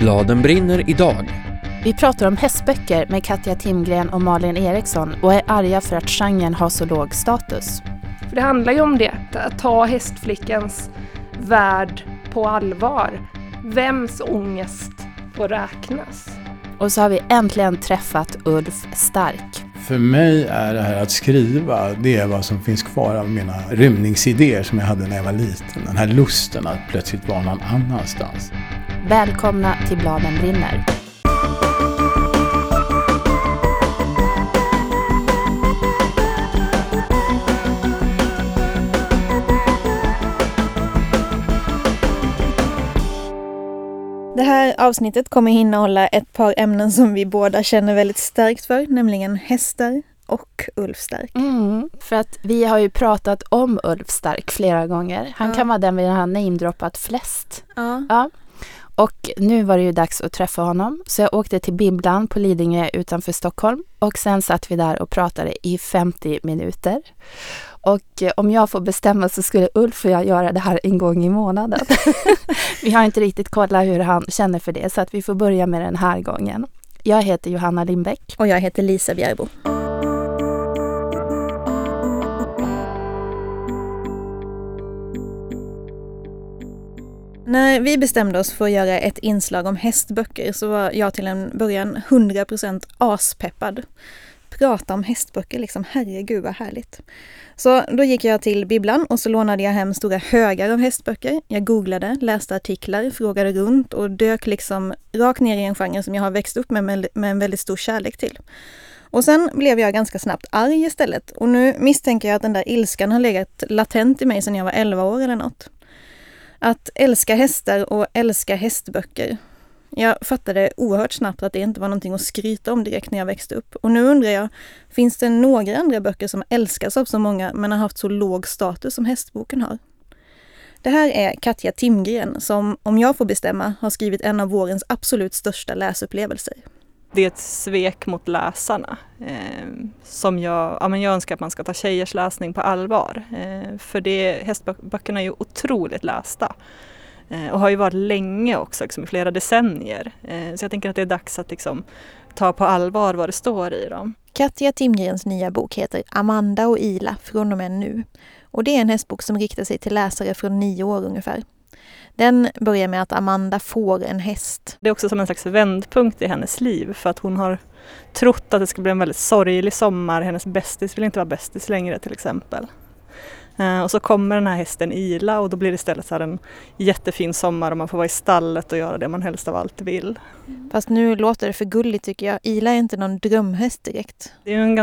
Bladen brinner idag. Vi pratar om hästböcker med Katja Timgren och Malin Eriksson och är arga för att genren har så låg status. För det handlar ju om det, att ta hästflickans värld på allvar. Vems ångest får räknas? Och så har vi äntligen träffat Ulf Stark. För mig är det här att skriva, det är vad som finns kvar av mina rymningsidéer som jag hade när jag var liten. Den här lusten att plötsligt vara någon annanstans. Välkomna till Bladen brinner. Det här avsnittet kommer innehålla ett par ämnen som vi båda känner väldigt starkt för, nämligen hästar och Ulf Stark. För att vi har ju pratat om Ulf Stark flera gånger. Han kan vara den vi har namedroppat flest. Ja. Och nu var det ju dags att träffa honom. Så jag åkte till Bibblan på Lidingö utanför Stockholm. Och sen satt vi där och pratade i 50 minuter. Och om jag får bestämma så skulle Ulf och jag göra det här en gång i månaden. Vi har inte riktigt kollat hur han känner för det, så att vi får börja med den här gången. Jag heter Johanna Lindbäck. Och jag heter Lisa Bjärbo. När vi bestämde oss för att göra ett inslag om hästböcker så var jag till en början 100% aspeppad. Prata om hästböcker, liksom, herregud vad härligt. Så då gick jag till Bibblan och så lånade jag hem stora högar av hästböcker. Jag googlade, läste artiklar, frågade runt och dök liksom rakt ner i en genre som jag har växt upp med en väldigt stor kärlek till. Och sen blev jag ganska snabbt arg istället. Och nu misstänker jag att den där ilskan har legat latent i mig sedan jag var 11 år eller något. Att älska hästar och älska hästböcker. Jag fattade oerhört snabbt att det inte var någonting att skryta om direkt när jag växte upp. Och nu undrar jag, finns det några andra böcker som älskas av så många men har haft så låg status som hästboken har? Det här är Katja Timgren som, om jag får bestämma, har skrivit en av vårens absolut största läsupplevelser. Det är ett svek mot läsarna som jag önskar att man ska ta tjejers läsning på allvar. För hästböckerna är ju otroligt lästa. Och har ju varit länge också, liksom, i flera decennier. Så jag tänker att det är dags att liksom, ta på allvar vad det står i dem. Katja Timgrens nya bok heter Amanda och Ila från och med nu. Och det är en hästbok som riktar sig till läsare från 9 år ungefär. Den börjar med att Amanda får en häst. Det är också som en slags vändpunkt i hennes liv. För att hon har trott att det ska bli en väldigt sorglig sommar. Hennes bästis vill inte vara bästis längre till exempel. Och så kommer den här hästen Ila och då blir det istället så här en jättefin sommar och man får vara i stallet och göra det man helst av allt vill. Fast nu låter det för gulligt tycker jag. Ila är inte någon drömhäst direkt. Det är ju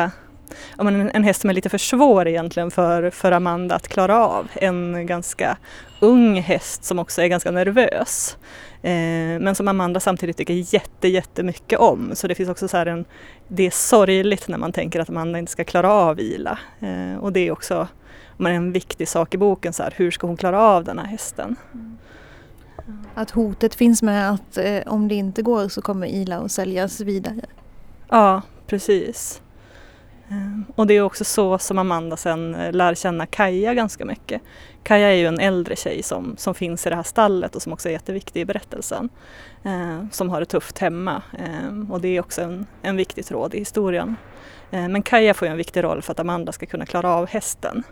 en häst som är lite för svår egentligen för Amanda att klara av. En ganska ung häst som också är ganska nervös. Men som Amanda samtidigt tycker jättemycket om. Så det finns också så här det är sorgligt när man tänker att Amanda inte ska klara av Ila. Och det är också en viktig sak i boken, så här, hur ska hon klara av den här hästen? Att hotet finns med att om det inte går så kommer Ila att säljas vidare. Ja, precis. Och det är också så som Amanda sen lär känna Kaja ganska mycket. Kaja är ju en äldre tjej som finns i det här stallet och som också är jätteviktig i berättelsen. Som har det tufft hemma. Och det är också en viktig tråd i historien. Men Kaja får ju en viktig roll för att Amanda ska kunna klara av hästen.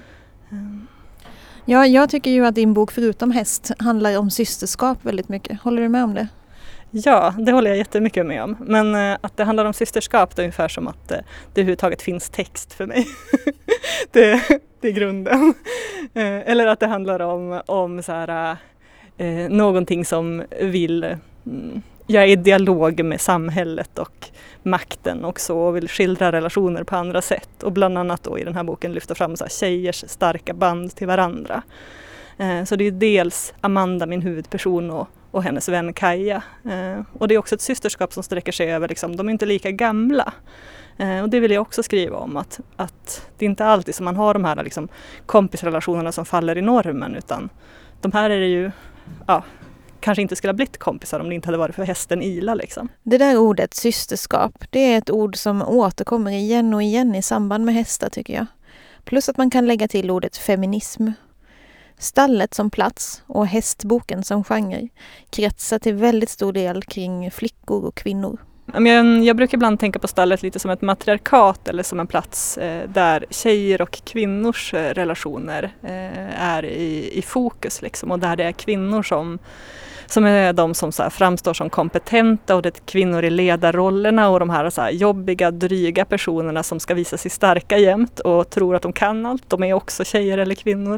Ja, jag tycker ju att din bok förutom häst handlar om systerskap väldigt mycket. Håller du med om det? Ja, det håller jag jättemycket med om. Men att det handlar om systerskap, det är ungefär som att det överhuvudtaget finns text för mig. det är grunden. Eller att det handlar om så här, någonting som vill... Jag är i dialog med samhället och makten också och vill skildra relationer på andra sätt. Och bland annat då i den här boken lyfta fram så här tjejers starka band till varandra. Så det är dels Amanda, min huvudperson, och hennes vän Kaja. Och det är också ett systerskap som sträcker sig över, liksom, de är inte lika gamla. Och det vill jag också skriva om, att det är inte alltid som man har de här liksom, kompisrelationerna som faller i normen, utan de här är det ju... Ja, kanske inte skulle ha blivit kompisar om det inte hade varit för hästen Ila. Liksom. Det där ordet systerskap, det är ett ord som återkommer igen och igen i samband med hästar tycker jag. Plus att man kan lägga till ordet feminism. Stallet som plats och hästboken som genre kretsar till väldigt stor del kring flickor och kvinnor. Jag brukar ibland tänka på stallet lite som ett matriarkat eller som en plats där tjejer och kvinnors relationer är i fokus liksom, och där det är kvinnor som är de som så här framstår som kompetenta, och det är kvinnor i ledarrollerna och de här, så här jobbiga, dryga personerna som ska visa sig starka jämt och tror att de kan allt. De är också tjejer eller kvinnor.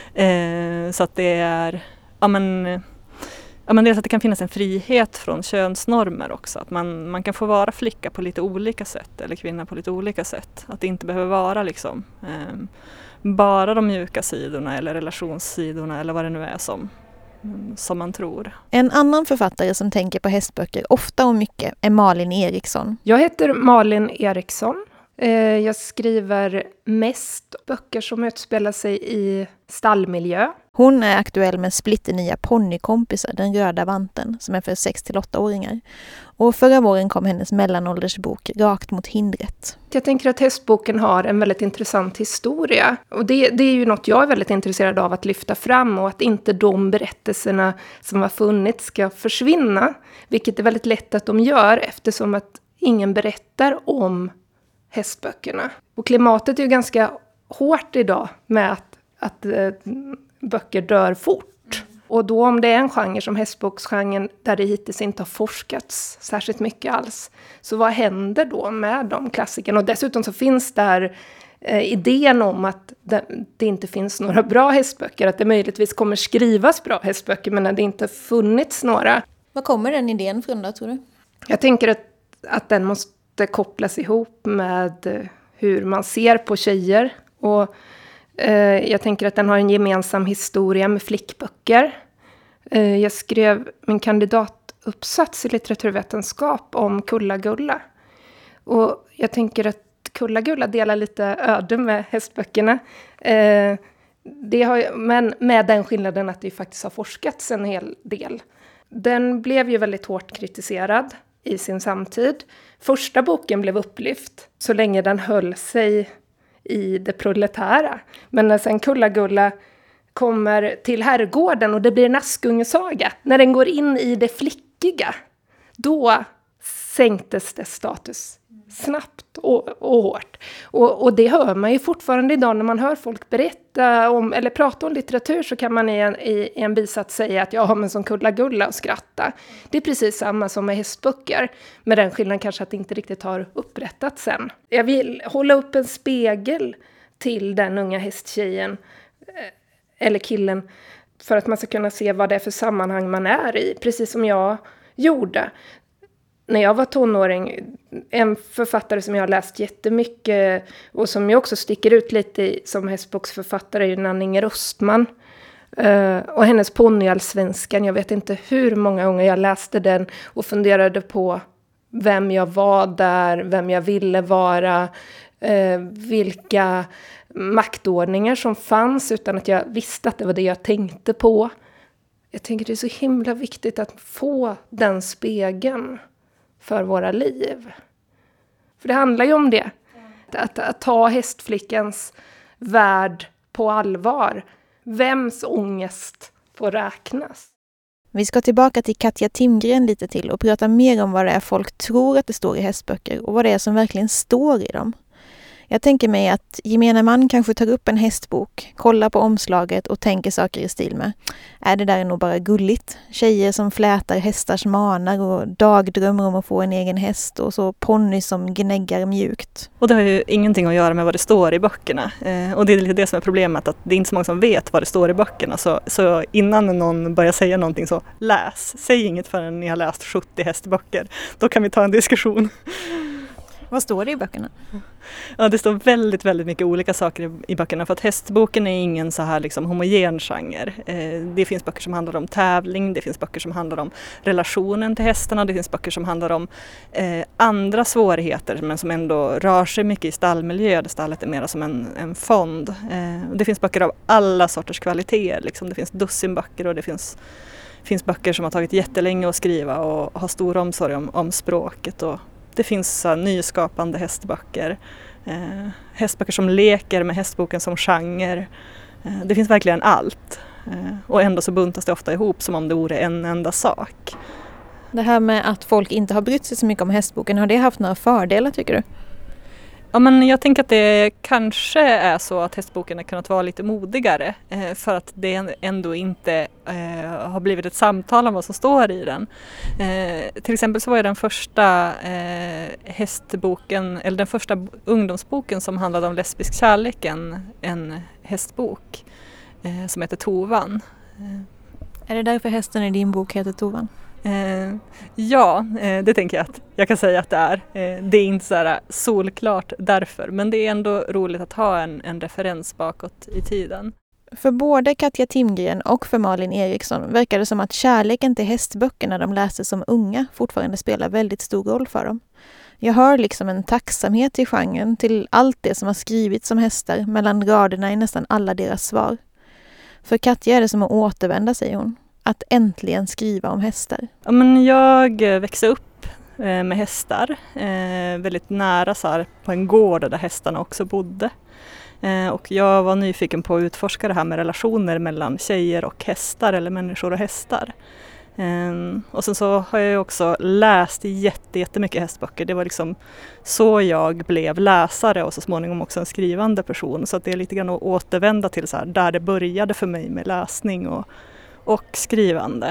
Så att det är dels att det kan finnas en frihet från könsnormer också. Att man kan få vara flicka på lite olika sätt eller kvinna på lite olika sätt. Att det inte behöver vara liksom bara de mjuka sidorna eller relationssidorna eller vad det nu är som man tror. En annan författare som tänker på hästböcker ofta och mycket är Malin Eriksson. Jag heter Malin Eriksson. Jag skriver mest böcker som utspelar sig i stallmiljö. Hon är aktuell med splitternya ponnykompisar, Den röda vanten, som är för 6-8-åringar. Och förra våren kom hennes mellanåldersbok Rakt mot hindret. Jag tänker att hästboken har en väldigt intressant historia. Och det är ju något jag är väldigt intresserad av att lyfta fram, och att inte de berättelserna som har funnits ska försvinna. Vilket är väldigt lätt att de gör, eftersom att ingen berättar om hästböckerna. Och klimatet är ju ganska hårt idag med att böcker dör fort. Och då om det är en genre som hästboksgenren där det hittills inte har forskats särskilt mycket alls, så vad händer då med de klassikerna? Och dessutom så finns där idén om att det inte finns några bra hästböcker, att det möjligtvis kommer skrivas bra hästböcker men att det inte funnits några. Vad kommer den idén från då, tror du? Jag tänker att den måste kopplas ihop med hur man ser på tjejer, och jag tänker att den har en gemensam historia med flickböcker. Jag skrev min kandidatuppsats i litteraturvetenskap om Kulla-Gulla. Och jag tänker att Kulla-Gulla delar lite öde med hästböckerna. Men med den skillnaden att det faktiskt har forskats en hel del. Den blev ju väldigt hårt kritiserad i sin samtid. Första boken blev upplyft så länge den höll sig i det proletära. Men när sen Kulla-Gulla kommer till herrgården och det blir en Askungesaga, när den går in i det flickiga, då sänktes dess status snabbt och hårt. Och det hör man ju fortfarande idag när man hör folk berätta om, eller prata om litteratur, så kan man i en bisats säga att jag har men som Kulla-Gulla och skratta. Det är precis samma som med hästböcker, med den skillnaden kanske att det inte riktigt har upprättats än. Jag vill hålla upp en spegel till den unga hästtjejen eller killen, för att man ska kunna se vad det är för sammanhang man är i, precis som jag gjorde. När jag var tonåring, en författare som jag har läst jättemycket och som jag också sticker ut lite som hästboksförfattare är Nanninge Röstman. Och hennes Ponnyallsvenskan, jag vet inte hur många gånger jag läste den och funderade på vem jag var där, vem jag ville vara, vilka maktordningar som fanns utan att jag visste att det var det jag tänkte på. Jag tänker det är så himla viktigt att få den spegeln för våra liv. För det handlar ju om det. Att ta hästflickans värld på allvar. Vems ångest får räknas? Vi ska tillbaka till Katja Timgren lite till och prata mer om vad det är folk tror att det står i hästböcker och vad det är som verkligen står i dem. Jag tänker mig att gemene man kanske tar upp en hästbok, kollar på omslaget och tänker saker i stil med: det där är nog bara gulligt. Tjejer som flätar hästars manar och dagdrömmer om att få en egen häst och så ponny som gnäggar mjukt. Och det har ju ingenting att göra med vad det står i böckerna. Och det är lite det som är problemet, att det är inte så många som vet vad det står i böckerna. Så innan någon börjar säga någonting så läs. Säg inget förrän ni har läst 70 hästböcker. Då kan vi ta en diskussion. Vad står det i böckerna? Ja, det står väldigt, väldigt mycket olika saker i böckerna, för att hästboken är ingen så här liksom homogen genre. Det finns böcker som handlar om tävling, det finns böcker som handlar om relationen till hästarna, det finns böcker som handlar om andra svårigheter men som ändå rör sig mycket i stallmiljö, där stallet är mer som en fond. Det finns böcker av alla sorters kvaliteter, liksom. Det finns dussinböcker och det finns böcker som har tagit jättelänge att skriva och har stor omsorg om språket, och det finns nyskapande hästböcker. Hästböcker som leker med hästboken som genre. Det finns verkligen allt. Och ändå så buntas det ofta ihop som om det vore en enda sak. Det här med att folk inte har brytt sig så mycket om hästboken, har det haft några fördelar tycker du? Ja, men jag tänker att det kanske är så att hästboken har kunnat vara lite modigare för att det ändå inte har blivit ett samtal om vad som står i den. Till exempel så var den första hästboken, eller den första ungdomsboken som handlade om lesbisk kärlek en hästbok som heter Tovan. Är det därför hästen i din bok heter Tovan? Ja, det tänker jag att jag kan säga att det är. Det är inte så här solklart därför, men det är ändå roligt att ha en referens bakåt i tiden. För både Katja Timgren och för Malin Eriksson verkar det som att kärleken till hästböckerna de läste som unga fortfarande spelar väldigt stor roll för dem. Jag hör liksom en tacksamhet i genren till allt det som har skrivits om hästar mellan raderna i nästan alla deras svar. För Katja är det som att återvända, säger hon. Att äntligen skriva om hästar. Ja, men jag växte upp med hästar. Väldigt nära så här, på en gård där hästarna också bodde. Och jag var nyfiken på att utforska det här med relationer mellan tjejer och hästar eller människor och hästar. Och sen så har jag också läst jättemycket hästböcker. Det var liksom så jag blev läsare och så småningom också en skrivande person. Så att det är lite grann att återvända till så här, där det började för mig med läsning och skrivande.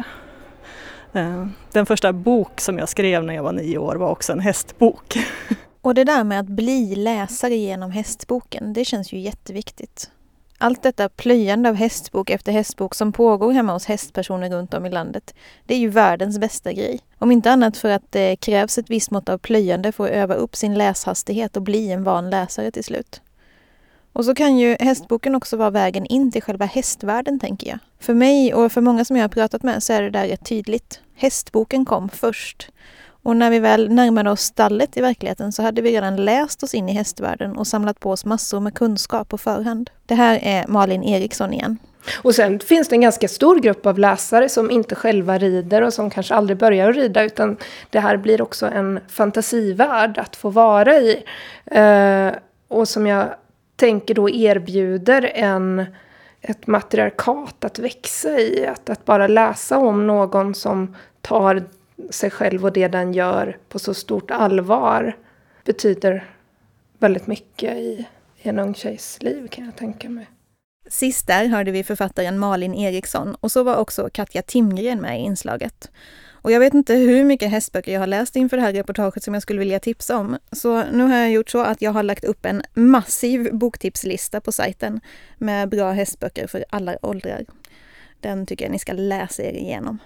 Den första bok som jag skrev när jag var 9 år var också en hästbok. Och det där med att bli läsare genom hästboken, det känns ju jätteviktigt. Allt detta plöjande av hästbok efter hästbok som pågår hemma hos hästpersoner runt om i landet, det är ju världens bästa grej. Om inte annat för att det krävs ett visst mått av plöjande för att öva upp sin läshastighet och bli en van läsare till slut. Och så kan ju hästboken också vara vägen in till själva hästvärlden, tänker jag. För mig och för många som jag har pratat med så är det där rätt tydligt. Hästboken kom först. Och när vi väl närmade oss stallet i verkligheten så hade vi redan läst oss in i hästvärlden och samlat på oss massor med kunskap på förhand. Det här är Malin Eriksson igen. Och sen finns det en ganska stor grupp av läsare som inte själva rider och som kanske aldrig börjar att rida, utan det här blir också en fantasivärld att få vara i. Och som jag tänker då erbjuder ett matriarkat att växa i. Att bara läsa om någon som tar sig själv och det den gör på så stort allvar betyder väldigt mycket i en ung tjejs liv, kan jag tänka mig. Sist där hörde vi författaren Malin Eriksson och så var också Katja Timgren med i inslaget. Och jag vet inte hur mycket hästböcker jag har läst inför det här reportaget som jag skulle vilja tipsa om. Så nu har jag gjort så att jag har lagt upp en massiv boktipslista på sajten med bra hästböcker för alla åldrar. Den tycker jag ni ska läsa er igenom.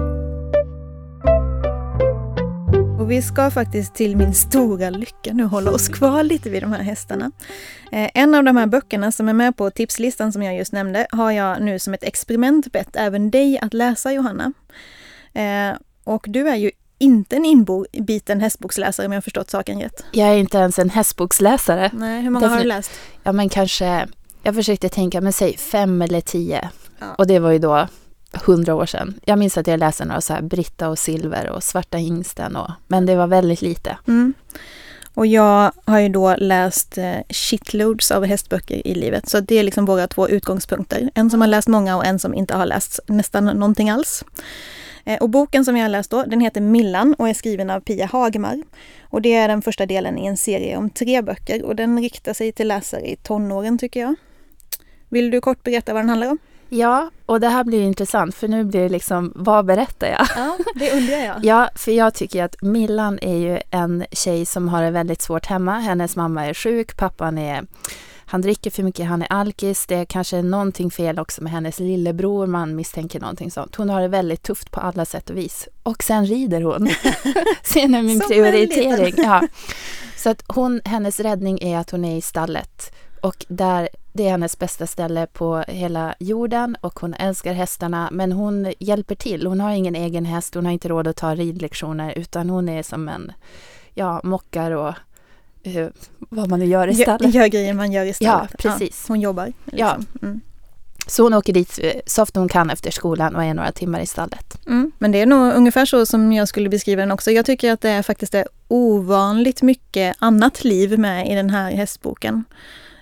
Och vi ska faktiskt till min stora lycka nu hålla oss kvar lite vid de här hästarna. En av de här böckerna som är med på tipslistan som jag just nämnde har jag nu som ett experiment bett även dig att läsa, Johanna. Och du är ju inte en inbiten hästboksläsare om jag har förstått saken rätt. Jag är inte ens en hästboksläsare. Nej, hur många har du läst? Ja, men kanske, jag försökte tänka, men säg 5 eller 10. Ja. Och det var ju då 100 år sedan. Jag minns att jag läste några så här Britta och Silver och Svarta hingsten. Men det var väldigt lite. Mm. Och jag har ju då läst shitloads av hästböcker i livet. Så det är liksom våra 2 utgångspunkter. En som har läst många och en som inte har läst nästan någonting alls. Och boken som jag har läst då, den heter Millan och är skriven av Pia Hagmar. Och det är den första delen i en serie om 3 böcker. Och den riktar sig till läsare i tonåren, tycker jag. Vill du kort berätta vad den handlar om? Ja, och det här blir intressant för nu blir det liksom, vad berättar jag? Ja, det undrar jag. Ja, för jag tycker att Millan är ju en tjej som har det väldigt svårt hemma. Hennes mamma är sjuk, han dricker för mycket, han är alkis. Det är kanske någonting fel också med hennes lillebror, man misstänker någonting sånt. Hon har det väldigt tufft på alla sätt och vis. Och sen rider hon. Sen är min prioritering. Ja. Så att hennes räddning är att hon är i stallet. Och det är hennes bästa ställe på hela jorden och hon älskar hästarna, men hon hjälper till. Hon har ingen egen häst, hon har inte råd att ta ridlektioner utan hon är som en mockar och vad man nu gör i stallet. Gör grejer man gör i stallet. Ja, precis. Ja, hon jobbar. Liksom. Ja. Mm. Så hon åker dit så ofta hon kan efter skolan och är några timmar i stallet. Mm. Men det är nog ungefär så som jag skulle beskriva den också. Jag tycker att det faktiskt är ovanligt mycket annat liv med i den här hästboken.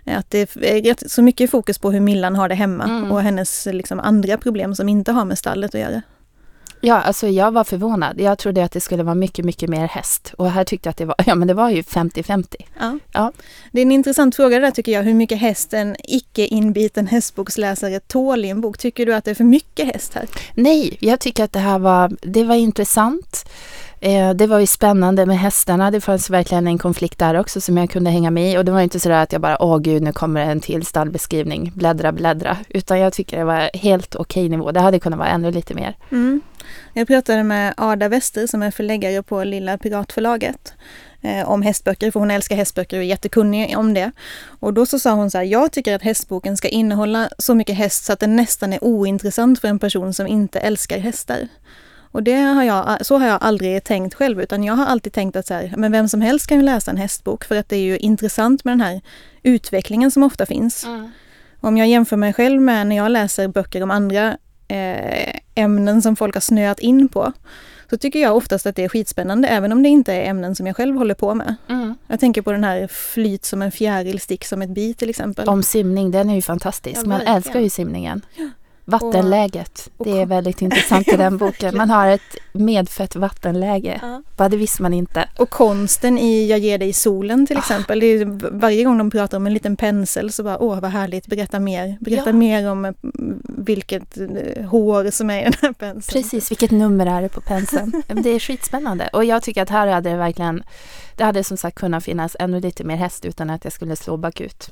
Att det är så mycket fokus på hur Millan har det hemma och hennes liksom andra problem som inte har med stallet att göra. Ja, alltså jag var förvånad. Jag trodde att det skulle vara mycket, mycket mer häst. Och här tyckte jag att det var, men det var ju 50-50. Ja. Det är en intressant fråga där tycker jag. Hur mycket häst en icke-inbiten hästboksläsare tål i en bok? Tycker du att det är för mycket häst här? Nej, jag tycker att det var intressant. Det var ju spännande med hästarna. Det fanns verkligen en konflikt där också som jag kunde hänga med i. Och det var inte så där att jag bara, gud, nu kommer en till stallbeskrivning. Bläddra. Utan jag tycker det var helt okej nivå. Det hade kunnat vara ännu lite mer. Jag pratade med Ada Wester som är förläggare på Lilla Piratförlaget om hästböcker, för hon älskar hästböcker och är jättekunnig om det. Och då så sa hon så här, jag tycker att hästboken ska innehålla så mycket häst så att den nästan är ointressant för en person som inte älskar hästar. Och så har jag aldrig tänkt själv, utan jag har alltid tänkt att så här, men vem som helst kan ju läsa en hästbok, för att det är ju intressant med den här utvecklingen som ofta finns. Om jag jämför mig själv med när jag läser böcker om andra ämnen som folk har snöat in på, så tycker jag oftast att det är skitspännande, även om det inte är ämnen som jag själv håller på med. Jag tänker på den här Flyt som en fjäril, stick som ett bi till exempel. Om simning, den är ju fantastisk. Man älskar ju simningen. Vattenläget, det är väldigt intressant i den boken. Man har ett medfött vattenläge. Vad det visste man inte. Och konsten i Jag ger dig solen till exempel. Det är, varje gång de pratar om en liten pensel så bara, vad härligt, berätta mer om vilket hår som är i den här penseln. Precis, vilket nummer är det på penseln. Det är skitspännande. Och jag tycker att här hade det hade som sagt kunnat finnas ännu lite mer häst utan att jag skulle slå bakut.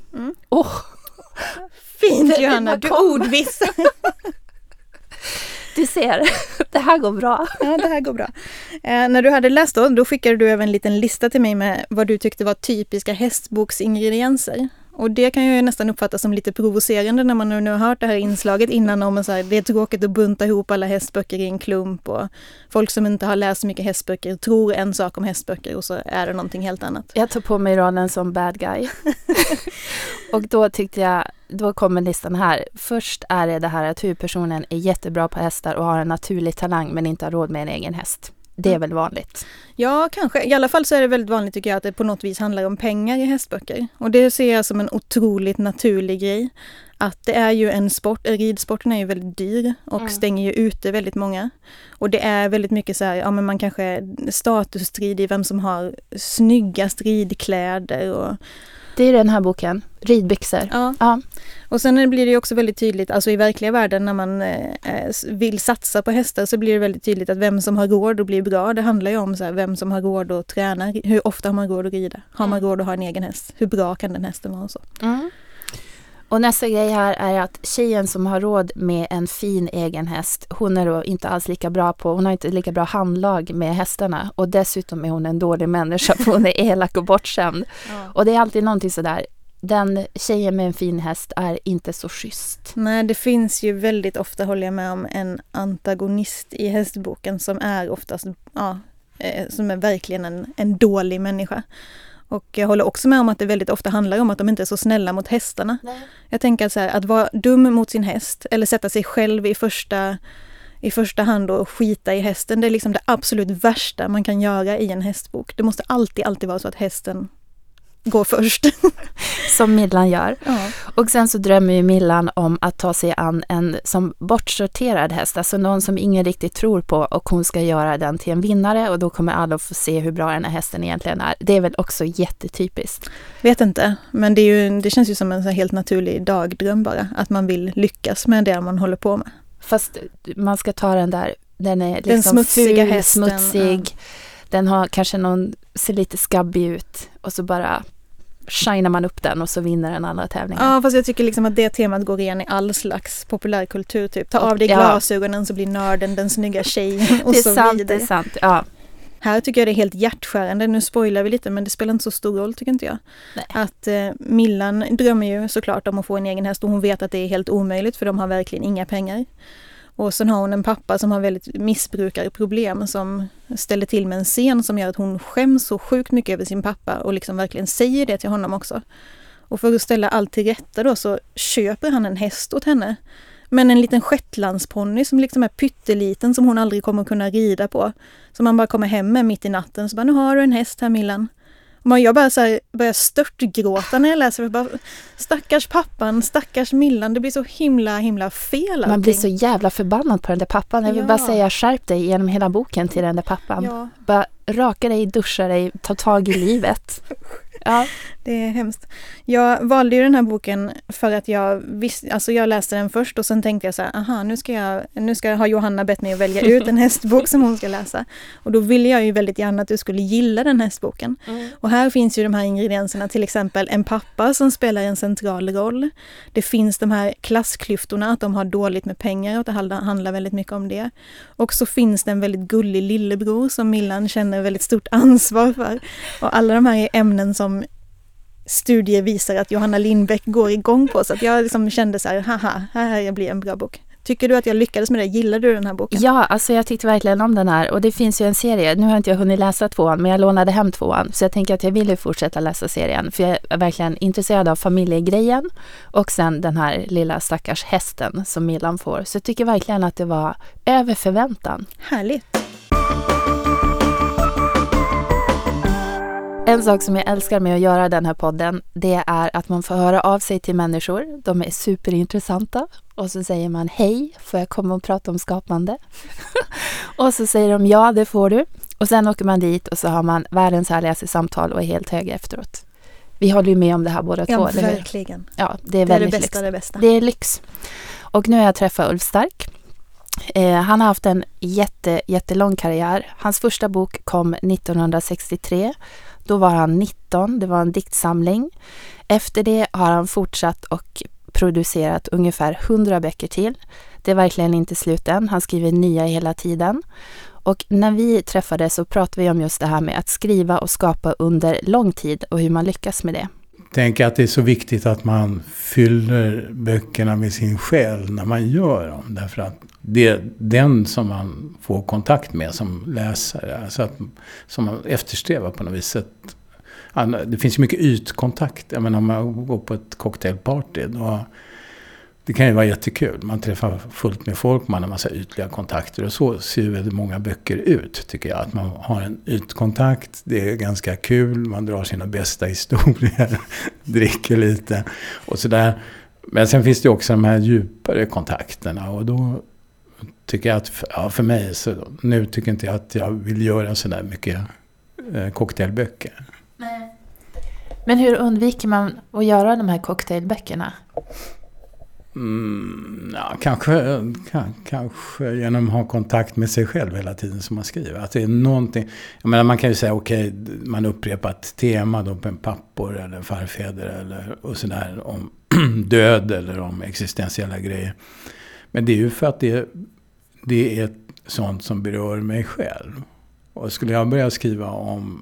Fint Johanna, du ordvis. Du ser, det här går bra. Ja, det här går bra. När du hade läst då skickade du över en liten lista till mig med vad du tyckte var typiska hästboksingredienser. Och det kan jag ju nästan uppfatta som lite provocerande när man nu har hört det här inslaget innan om att det är tråkigt att bunta ihop alla hästböcker i en klump och folk som inte har läst så mycket hästböcker tror en sak om hästböcker och så är det någonting helt annat. Jag tog på mig rollen som bad guy. Och då tyckte jag, då kommer listan här. Först är det här att huvudpersonen är jättebra på hästar och har en naturlig talang men inte har råd med en egen häst. Det är väl vanligt? Ja, kanske. I alla fall så är det väldigt vanligt tycker jag att det på något vis handlar om pengar i hästböcker. Och det ser jag som en otroligt naturlig grej. Att det är ju en sport, ridsporten är ju väldigt dyr och stänger ju ute väldigt många. Och det är väldigt mycket så här, men man kanske statusstrid i vem som har snyggast ridkläder och... Det är den här boken, ridbyxor. Ja. Och sen blir det ju också väldigt tydligt, alltså i verkliga världen när man vill satsa på hästar så blir det väldigt tydligt att vem som har råd att bli bra. Det handlar ju om så här, vem som har råd att träna, hur ofta har man råd att rida, har man råd att ha en egen häst, hur bra kan den hästen vara och så. Och nästa grej här är att tjejen som har råd med en fin egen häst, hon är då inte alls lika bra hon har inte lika bra handlag med hästarna och dessutom är hon en dålig människa för hon är elak och bortskämd. Och det är alltid någonting sådär, den tjejen med en fin häst är inte så schysst. Nej, det finns ju väldigt ofta, håller jag med om, en antagonist i hästboken som är oftast, som är verkligen en dålig människa. Och jag håller också med om att det väldigt ofta handlar om att de inte är så snälla mot hästarna. Nej. Jag tänker så här, att vara dum mot sin häst eller sätta sig själv i första hand och skita i hästen, det är liksom det absolut värsta man kan göra i en hästbok. Det måste alltid vara så att hästen går först. Som Millan gör. Ja. Och sen så drömmer ju Millan om att ta sig an en som bortsorterad häst. Alltså någon som ingen riktigt tror på och hon ska göra den till en vinnare och då kommer alla att få se hur bra den här hästen egentligen är. Det är väl också jättetypiskt. Vet inte, men det känns ju som en så helt naturlig dagdröm bara. Att man vill lyckas med det man håller på med. Fast man ska ta den är liksom den smutsiga hästen. Smutsig. Ja. Den har kanske ser lite skabbig ut och så bara shinar man upp den och så vinner den alla tävlingar. Ja, fast jag tycker liksom att det temat går igen i all slags populärkultur typ. Ta av dig glasögonen så blir nörden den snygga tjejen och så vidare. Det är sant, ja. Här tycker jag det är helt hjärtskärande. Nu spoilar vi lite men det spelar inte så stor roll tycker inte jag. Nej. Att Millan drömmer ju såklart om att få en egen häst och hon vet att det är helt omöjligt för de har verkligen inga pengar. Och sen har hon en pappa som har väldigt missbrukarproblem som ställer till med en scen som gör att hon skäms så sjukt mycket över sin pappa och liksom verkligen säger det till honom också. Och för att ställa allt till rätta då så köper han en häst åt henne. Men en liten shetlandsponny som liksom är pytteliten som hon aldrig kommer kunna rida på. Som man bara kommer hem med mitt i natten så bara, nu har du en häst här Millan. Men jag bara så här, börjar störtgråta när jag läser. Jag bara, stackars pappan, stackars Millan. Det blir så himla fel allting. Man blir så jävla förbannad på den där pappan. Jag vill bara säga, skärp dig genom hela boken till den där pappan. Ja. Bara raka dig, duscha dig, ta tag i livet. Ja. Det är hemskt. Jag valde ju den här boken för att jag visste, alltså jag läste den först och sen tänkte jag så här, aha, nu ska ha Johanna bett mig att välja ut en hästbok som hon ska läsa. Och då ville jag ju väldigt gärna att du skulle gilla den hästboken. Och här finns ju de här ingredienserna, till exempel en pappa som spelar en central roll. Det finns de här klassklyftorna, att de har dåligt med pengar och det handlar väldigt mycket om det. Och så finns det en väldigt gullig lillebror som Millan känner väldigt stort ansvar för. Och alla de här ämnen som studier visar att Johanna Lindbäck går igång på, så att jag liksom kände så här, här blir en bra bok. Tycker du att jag lyckades med det? Gillar du den här boken? Ja, alltså jag tyckte verkligen om den här, och det finns ju en serie, nu har inte jag hunnit läsa 2:an, men jag lånade hem 2:an, så jag tänker att jag vill ju fortsätta läsa serien, för jag är verkligen intresserad av familjegrejen och sen den här lilla stackars hästen som Millan får, så jag tycker verkligen att det var över förväntan. Härligt! En sak som jag älskar med att göra den här podden, det är att man får höra av sig till människor. De är superintressanta. Och så säger man, hej, får jag komma och prata om skapande? Och så säger de, ja, det får du. Och sen åker man dit och så har man världens härligaste samtal och är helt hög efteråt. Vi håller ju med om det här båda två. Ja, verkligen. Ja, det är väldigt det bästa, lyx. Det bästa. Det är lyx. Och nu har jag träffat Ulf Stark. Han har haft en jättelång karriär. Hans första bok kom 1963. Då var han 19, det var en diktsamling. Efter det har han fortsatt och producerat ungefär 100 böcker till. Det är verkligen inte slut än, han skriver nya hela tiden. Och när vi träffades så pratade vi om just det här med att skriva och skapa under lång tid och hur man lyckas med det. Tänk att det är så viktigt att man fyller böckerna med sin själ när man gör dem. Därför att det är den som man får kontakt med som läsare. Alltså att, som man eftersträvar på något vis. Det finns ju mycket ytkontakt. Jag menar, om man går på ett cocktailparty, då, det kan ju vara jättekul. Man träffar fullt med folk, man har en massa ytliga kontakter. Och så ser ju väldigt många böcker ut, tycker jag. Att man har en ytkontakt, det är ganska kul. Man drar sina bästa historier, dricker lite och sådär. Men sen finns det också de här djupare kontakterna. Och då tycker jag att, ja, för mig, så nu tycker inte jag att jag vill göra så där mycket cocktailböcker. Nej. Men hur undviker man att göra de här cocktailböckerna? Kanske genom att ha kontakt med sig själv hela tiden som man skriver. Att det är någonting, jag menar, man kan ju säga okej, man upprepar ett tema då på en pappor eller farfäder eller och sådär, om död eller om existentiella grejer. Men det är ju för att det är sånt som berör mig själv. Och skulle jag börja skriva om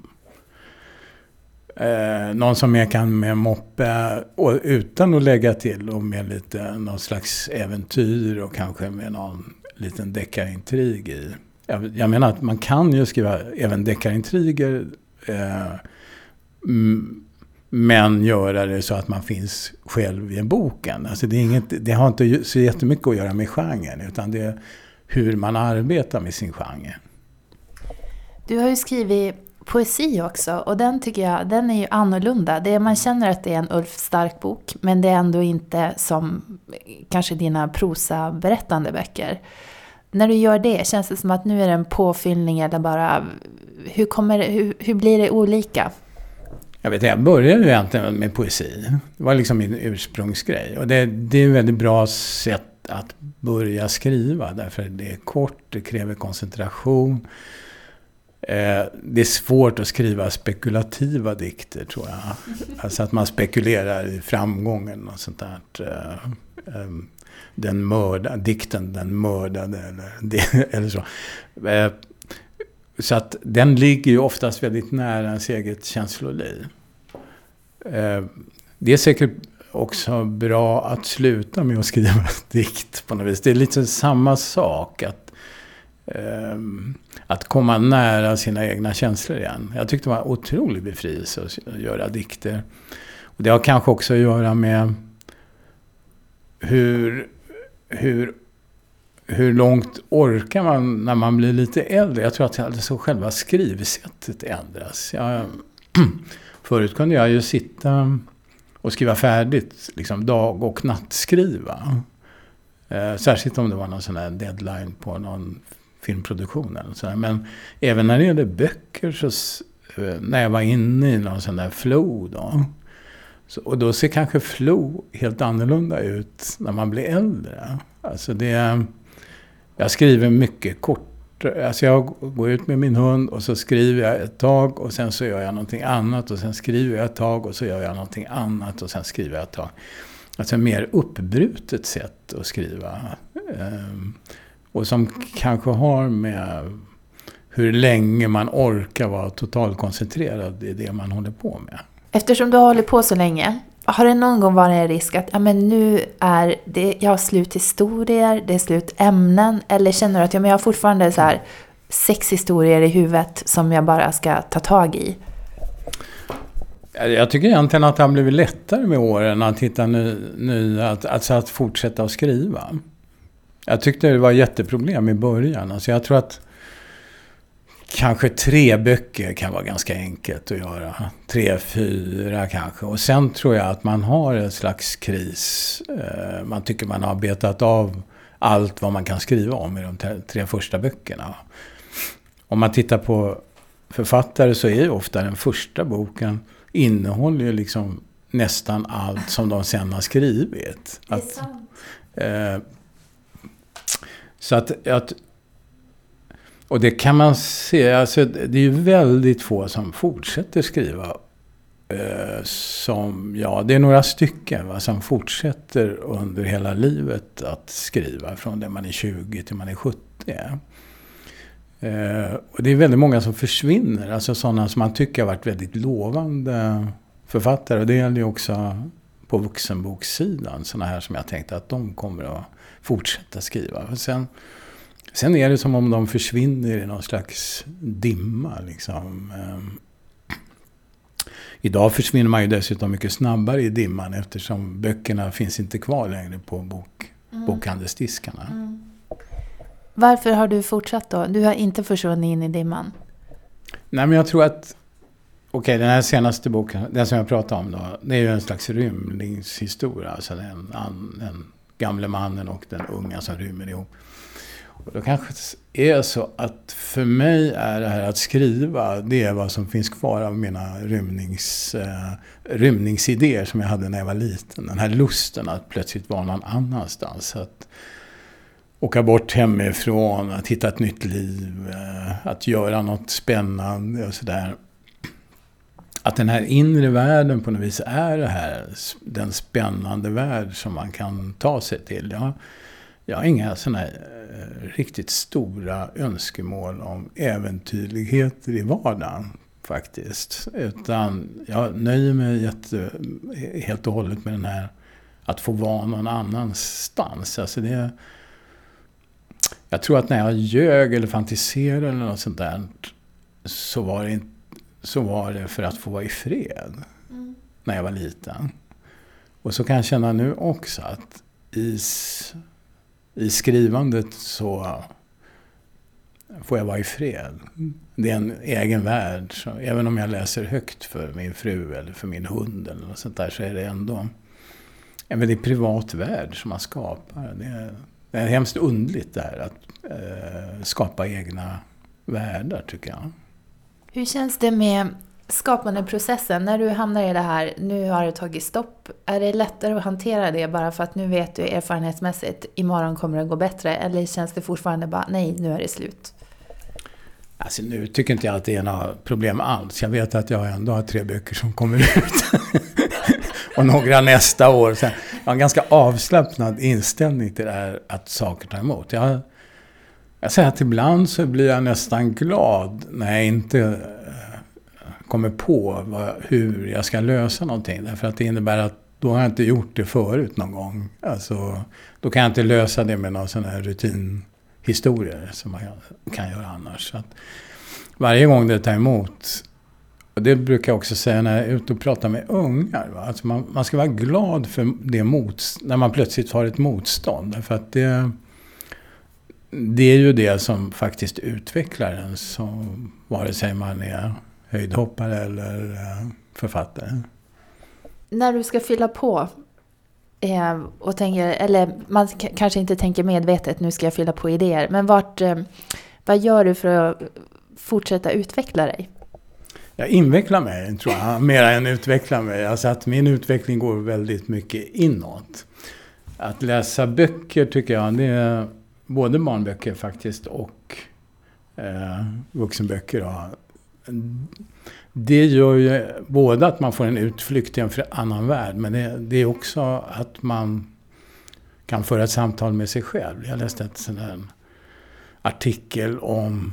någon som jag kan med moppe och utan att lägga till och med lite någon slags äventyr och kanske med någon liten deckarintrig i. Jag menar att man kan ju skriva även deckarintriger men göra det så att man finns själv i boken. Alltså det har inte så jättemycket att göra med genren, utan det är hur man arbetar med sin genre. Du har ju skrivit poesi också, och den tycker jag, den är ju annorlunda. Man känner att det är en Ulf Stark-bok, men det är ändå inte som kanske dina prosa-berättande böcker. När du gör det, känns det som att nu är det en påfyllning eller bara, hur blir det olika? Jag började ju egentligen med poesi. Det var liksom min ursprungsgrej. Och det är ett väldigt bra sätt att börja skriva, därför att det är kort, det kräver koncentration. Det är svårt att skriva spekulativa dikter, tror jag. Alltså att man spekulerar i framgången och sånt där. Dikten den mördade eller så. Så att den ligger ju oftast väldigt nära ens eget känsloliv. Det är säkert också bra att sluta med att skriva dikt på något vis. Det är lite samma sak att komma nära sina egna känslor igen. Jag tyckte det var otroligt befrielse att göra dikter. Och det har kanske också att göra med hur långt orkar man när man blir lite äldre. Jag tror att alltså själva skrivsättet ändras. Förut kunde jag ju sitta och skriva färdigt, liksom dag- och nattskriva. Särskilt om det var någon sån här deadline på någon filmproduktion eller så. Men även när det gäller böcker så när jag var inne i någon sån där flow då. Och då ser kanske flow helt annorlunda ut när man blir äldre. Alltså jag skriver mycket kort. Alltså jag går ut med min hund och så skriver jag ett tag och sen så gör jag någonting annat och sen skriver jag ett tag och så gör jag någonting annat och sen skriver jag ett tag. Alltså mer uppbrutet sätt att skriva. Och som kanske har med hur länge man orkar vara totalkoncentrerad i det man håller på med. Eftersom du har hållit på så länge, har det någon gång varit en risk att nu är jag har slut historier, det är slut ämnen, eller känner du att jag har fortfarande så här 6 historier i huvudet som jag bara ska ta tag i? Jag tycker egentligen att det har blivit lättare med åren att hitta att fortsätta att skriva. Jag tyckte det var jätteproblem i början. Alltså jag tror att kanske 3 böcker kan vara ganska enkelt att göra. 3, 4 kanske. Och sen tror jag att man har en slags kris. Man tycker man har betat av allt vad man kan skriva om i de 3 första böckerna. Om man tittar på författare så är ju ofta den första boken innehåller ju liksom nästan allt som de sen har skrivit. Och det kan man se, alltså det är ju väldigt få som fortsätter skriva. Det är några stycken som fortsätter under hela livet att skriva från det man är 20 till man är 70. Och det är väldigt många som försvinner, alltså sådana som man tycker har varit väldigt lovande författare. Och det gäller ju också på vuxenbokssidan, sådana här som jag tänkte att de kommer att fortsätta skriva. Och sen är det som om de försvinner i någon slags dimma. Liksom. Idag försvinner man ju dessutom mycket snabbare i dimman eftersom böckerna finns inte kvar längre på bokhandelsdiskarna. Mm. Varför har du fortsatt då? Du har inte försvunnit in i dimman. Nej, men jag tror att den här senaste boken, den som jag pratade om då, det är ju en slags rymningshistoria. Alltså den gamle mannen och den unga som rymmer ihop. Och då kanske det är så att för mig är det här att skriva, det är vad som finns kvar av mina rymningsidéer som jag hade när jag var liten. Den här lusten att plötsligt vara någon annanstans. Att åka bort hemifrån, att hitta ett nytt liv, att göra något spännande och sådär. Att den här inre världen på något vis är det här, den spännande värld som man kan ta sig till. Jag har inga sådana riktigt stora önskemål om äventyrligheter i vardagen faktiskt. Utan jag nöjer mig helt och hållet med den här att få vara någon annanstans. Alltså jag tror att när jag ljög eller fantiserade eller något sånt där så var det för att få vara i fred när jag var liten. Och så kan jag känna nu också att i skrivandet så får jag vara i fred. Det är en egen värld. Så även om jag läser högt för min fru eller för min hund eller något sånt där så är det ändå en väldigt privat värld som man skapar. Det är hemskt underligt där att skapa egna världar tycker jag. Hur känns det med skapande processen? När du hamnar i det här, nu har det tagit stopp. Är det lättare att hantera det bara för att nu vet du erfarenhetsmässigt imorgon kommer det gå bättre? Eller känns det fortfarande bara, nej, nu är det slut? Alltså nu tycker inte jag att det är några problem alls. Jag vet att jag ändå har 3 böcker som kommer ut. Och några nästa år. Så jag har en ganska avslappnad inställning till det här att saker tar emot. Jag säger att ibland så blir jag nästan glad när jag inte kommer på hur jag ska lösa någonting. Därför att det innebär att då har jag inte gjort det förut någon gång. Alltså, då kan jag inte lösa det med någon sån här rutinhistorier som man kan göra annars. Så att varje gång det tar emot, och det brukar jag också säga när jag är ute och pratar med ungar. Va? Alltså man ska vara glad för det när man plötsligt har ett motstånd. Därför att det är ju det som faktiskt utvecklar en, som vare sig man är höjdhoppare eller författare. När du ska fylla på och tänker, eller man kanske inte tänker medvetet, nu ska jag fylla på idéer, men vad gör du för att fortsätta utveckla dig? Jag invecklar mig, tror jag, mer än utvecklar mig. Alltså att min utveckling går väldigt mycket inåt. Att läsa böcker tycker jag, det är både barnböcker faktiskt och vuxenböcker. Ja. Det gör ju både att man får en utflykt i en annan värld, men det är också att man kan föra ett samtal med sig själv. Jag läste ett sån här artikel om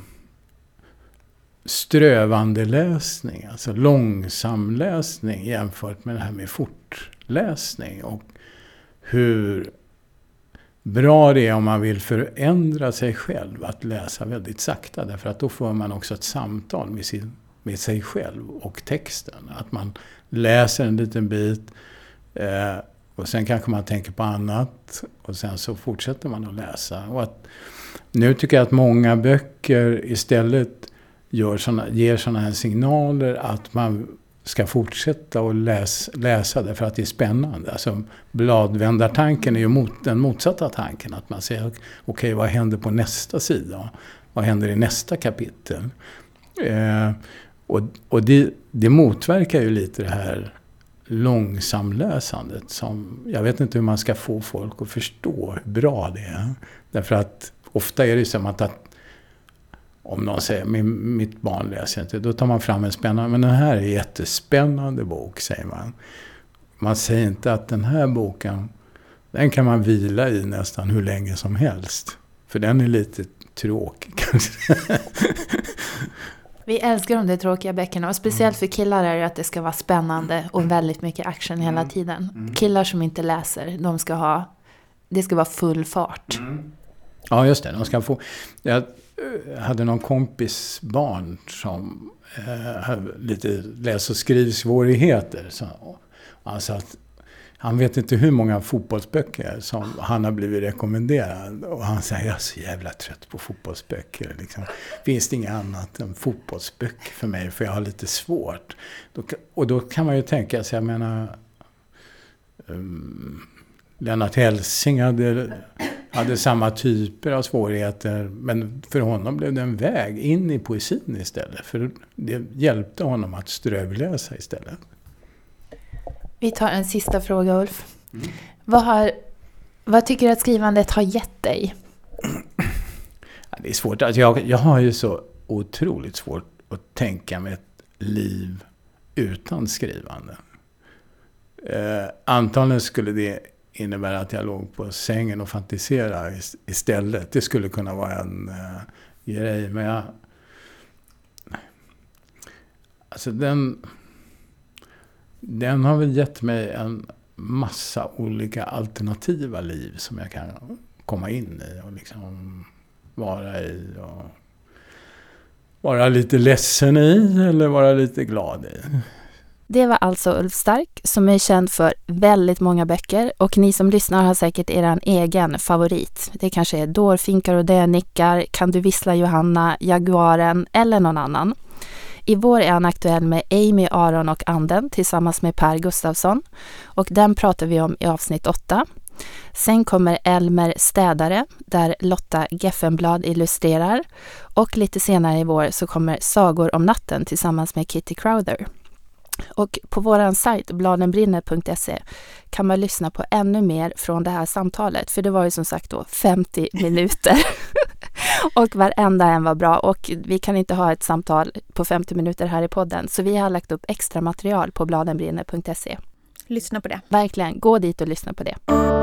strövande läsning, alltså långsam läsning jämfört med det här med fortläsning, och hur bra det är om man vill förändra sig själv att läsa väldigt sakta, därför att då får man också ett samtal med sig själv och texten. Att man läser en liten bit och sen kanske man tänker på annat och sen så fortsätter man att läsa. Och nu tycker jag att många böcker istället ger såna här signaler att man ska fortsätta att läsa därför att det är spännande. Alltså bladvändartanken är ju den motsatta tanken. Att man säger, okej, vad händer på nästa sida? Vad händer i nästa kapitel? Och det motverkar ju lite det här långsamläsandet som, jag vet inte hur man ska få folk att förstå hur bra det är. Därför att ofta är det som att om någon säger, mitt barn läser inte, då tar man fram en spännande, men den här är en jättespännande bok, säger man. Man säger inte att den här boken, den kan man vila i nästan hur länge som helst. För den är lite tråkig kanske. Vi älskar de där tråkiga böckerna, och speciellt för killar är det att det ska vara spännande och väldigt mycket action hela tiden. Killar som inte läser, det ska vara full fart. Ja, just det. De ska få. Jag hade någon kompis barn som hade lite läs- och skrivsvårigheter. Alltså att han vet inte hur många fotbollsböcker som han har blivit rekommenderad. Och han säger, jag är så jävla trött på fotbollsböcker. Liksom. Finns det inget annat än fotbollsböcker för mig, för jag har lite svårt. Och då kan man ju tänka sig, jag menar, Lennart Hellsing hade samma typer av svårigheter, men för honom blev det en väg in i poesin istället. För det hjälpte honom att strövläsa istället. Vi tar en sista fråga, Ulf. Vad tycker du att skrivandet har gett dig? Ja, det är svårt. Alltså jag har ju så otroligt svårt att tänka mig ett liv utan skrivande. Antagligen skulle det innebär att jag låg på sängen och fantiserade istället. Det skulle kunna vara en grej. Men alltså den har väl gett mig en massa olika alternativa liv som jag kan komma in i och liksom vara i. Och vara lite ledsen i eller vara lite glad i. Det var alltså Ulf Stark, som är känd för väldigt många böcker, och ni som lyssnar har säkert er egen favorit. Det kanske är Dårfinkar och dönickar, Kan du vissla Johanna, Jaguaren eller någon annan. I vår är han aktuell med Amy, Aron och Anden tillsammans med Per Gustafsson, och den pratar vi om i avsnitt 8. Sen kommer Elmer Städare, där Lotta Geffenblad illustrerar, och lite senare i vår så kommer Sagor om natten tillsammans med Kitty Crowther. Och på våran sajt bladenbrinner.se kan man lyssna på ännu mer från det här samtalet, för det var ju som sagt då 50 minuter och varenda en var bra, och vi kan inte ha ett samtal på 50 minuter här i podden, så vi har lagt upp extra material på bladenbrinner.se. Lyssna på det. Verkligen, gå dit och lyssna på det.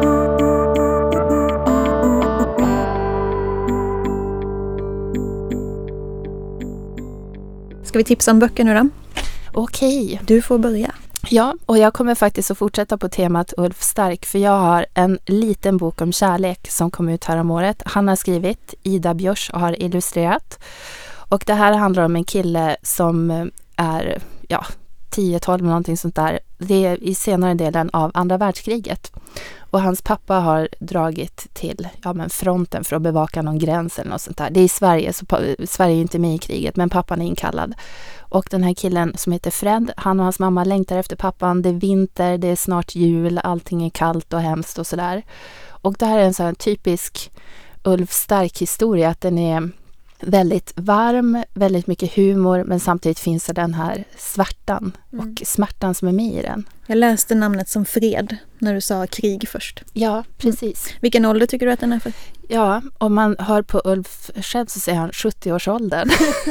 Ska vi tipsa om böcker nu då? Okej. Du får börja. Ja, och jag kommer faktiskt att fortsätta på temat Ulf Stark, för jag har en liten bok om kärlek som kom ut här om året. Han har skrivit, Ida Björs har illustrerat. Och det här handlar om en kille som är 10-12 någonting sånt där. Det är i senare delen av andra världskriget. Och hans pappa har dragit till fronten för att bevaka någon gräns eller något sånt där. Det är i Sverige, så Sverige är inte med i kriget, men pappan är inkallad. Och den här killen som heter Fred, han och hans mamma längtar efter pappan. Det är vinter, det är snart jul, allting är kallt och hemskt och sådär. Och det här är en sån här typisk Ulf Stark-historia, att den är väldigt varm, väldigt mycket humor, men samtidigt finns det den här svärtan och smärtan som är med i den. Jag läste namnet som Fred när du sa krig först. Ja, precis. Vilken ålder tycker du att den är för? Ja, om man hör på Ulf själv så säger han 70-årsåldern.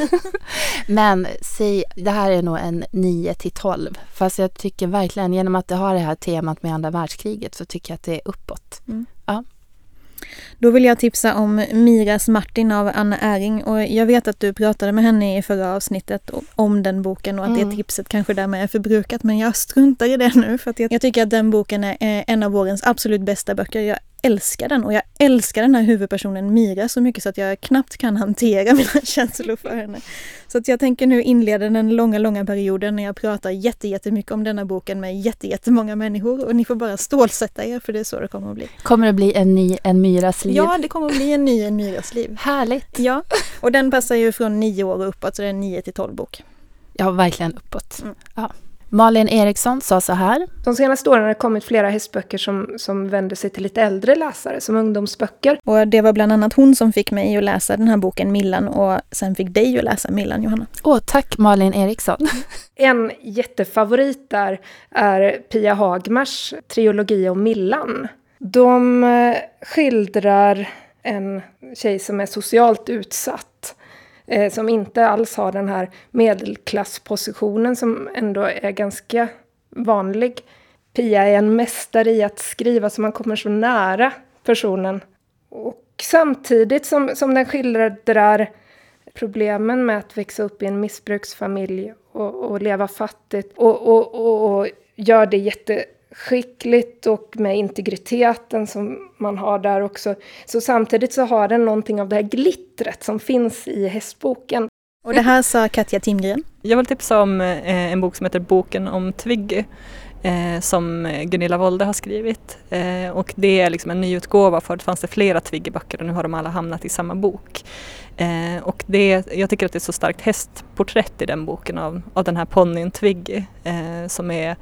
Men det här är nog en 9-12. Fast jag tycker verkligen, genom att det har det här temat med andra världskriget, så tycker jag att det är uppåt. Ja. Då vill jag tipsa om Miras Martin av Anna Äring, och jag vet att du pratade med henne i förra avsnittet om den boken och att det tipset kanske därmed är förbrukat, men jag struntar i det nu för att jag tycker att den boken är en av vårens absolut bästa böcker. Jag älskar den, och jag älskar den här huvudpersonen Mira så mycket så att jag knappt kan hantera mina känslor för henne. Så att jag tänker nu inleda den långa perioden när jag pratar jättemycket om denna boken med jättemånga människor, och ni får bara stålsätta er, för det är så det kommer att bli. Kommer det bli en Myras liv? Ja, det kommer att bli en Myras liv. Härligt! Ja, och den passar ju från 9 år och uppåt, så det är en 9-12 bok. Ja, verkligen uppåt. Ja. Malin Eriksson sa så här: De senaste åren har det kommit flera hästböcker som vänder sig till lite äldre läsare, som ungdomsböcker. Och det var bland annat hon som fick mig att läsa den här boken Millan, och sen fick dig att läsa Millan, Johanna. Tack Malin Eriksson. En jättefavorit där är Pia Hagmars trilogi om Millan. De skildrar en tjej som är socialt utsatt, som inte alls har den här medelklasspositionen som ändå är ganska vanlig. Pia är en mästare i att skriva så man kommer så nära personen. Och samtidigt som den skildrar problemen med att växa upp i en missbruksfamilj och leva fattigt och gör det jätteskickligt och med integriteten som man har där också. Så samtidigt så har den någonting av det här glittret som finns i hästboken. Och det här sa Katja Timgren. Jag vill tipsa om en bok som heter Boken om Twiggy, som Gunilla Wolde har skrivit. Och det är liksom en nyutgåva, för det fanns det flera Twiggy-böcker och nu har de alla hamnat i samma bok. Och jag tycker att det är så starkt hästporträtt i den boken av den här ponnyn Twiggy, som är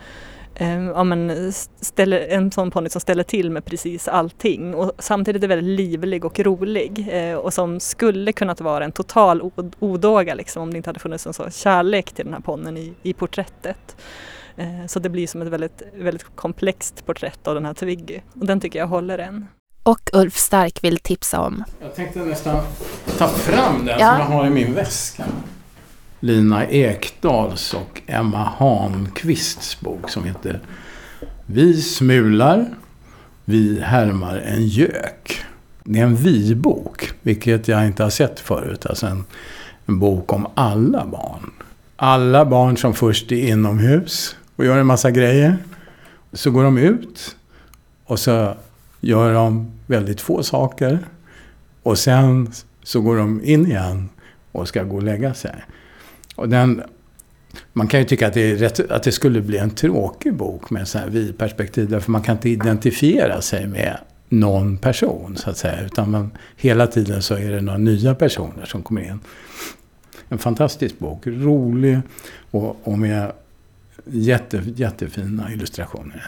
en sån ponny som ställer till med precis allting och samtidigt är väldigt livlig och rolig, och som skulle kunnat vara en total odåga liksom, om det inte hade funnits en så kärlek till den här ponnen i porträttet. Så det blir som ett väldigt, väldigt komplext porträtt av den här Twiggy, och den tycker jag håller än. Och Ulf Stark vill tipsa om. Jag tänkte nästan ta fram den som jag har i min väska. Lina Ekdals och Emma Hanqvists bok som heter Vi smular, vi härmar en gök. Det är en vi-bok, vilket jag inte har sett förut. Alltså en bok om alla barn. Alla barn som först är inomhus och gör en massa grejer. Så går de ut och så gör de väldigt få saker. Och sen så går de in igen och ska gå och lägga sig. Och man kan ju tycka att det skulle bli en tråkig bok med så här vi-perspektiv, därför man kan inte identifiera sig med någon person så att säga, utan hela tiden så är det några nya personer som kommer in. En fantastisk bok, rolig och med jättefina illustrationer.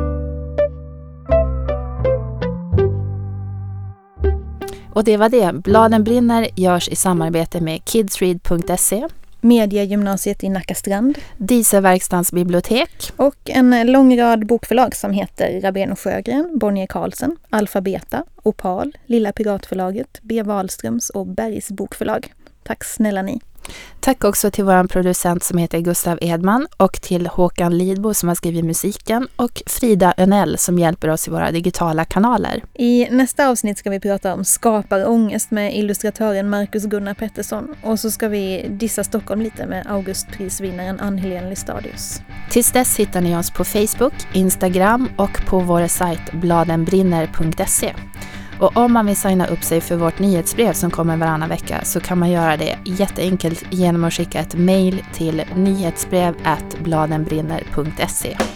Och det var det. Bladen brinner görs i samarbete med kidsread.se, Mediegymnasiet i Nackastrand, Dieselverkstans bibliotek och en lång rad bokförlag som heter Rabén och Sjögren, Bonnier Carlsen, Alfabeta, Opal, Lilla Piratförlaget, B. Wahlströms och Bergs bokförlag. Tack snälla ni. Tack också till vår producent som heter Gustav Edman och till Håkan Lidbo som har skrivit musiken och Frida Önell som hjälper oss i våra digitala kanaler. I nästa avsnitt ska vi prata om skaparångest med illustratören Marcus Gunnar Pettersson, och så ska vi dissa Stockholm lite med Augustprisvinnaren Ann-Helén Listadius. Tills dess hittar ni oss på Facebook, Instagram och på vår sajt bladenbrinner.se. Och om man vill signa upp sig för vårt nyhetsbrev som kommer varannan vecka så kan man göra det jätteenkelt genom att skicka ett mejl till nyhetsbrev@bladenbrinner.se.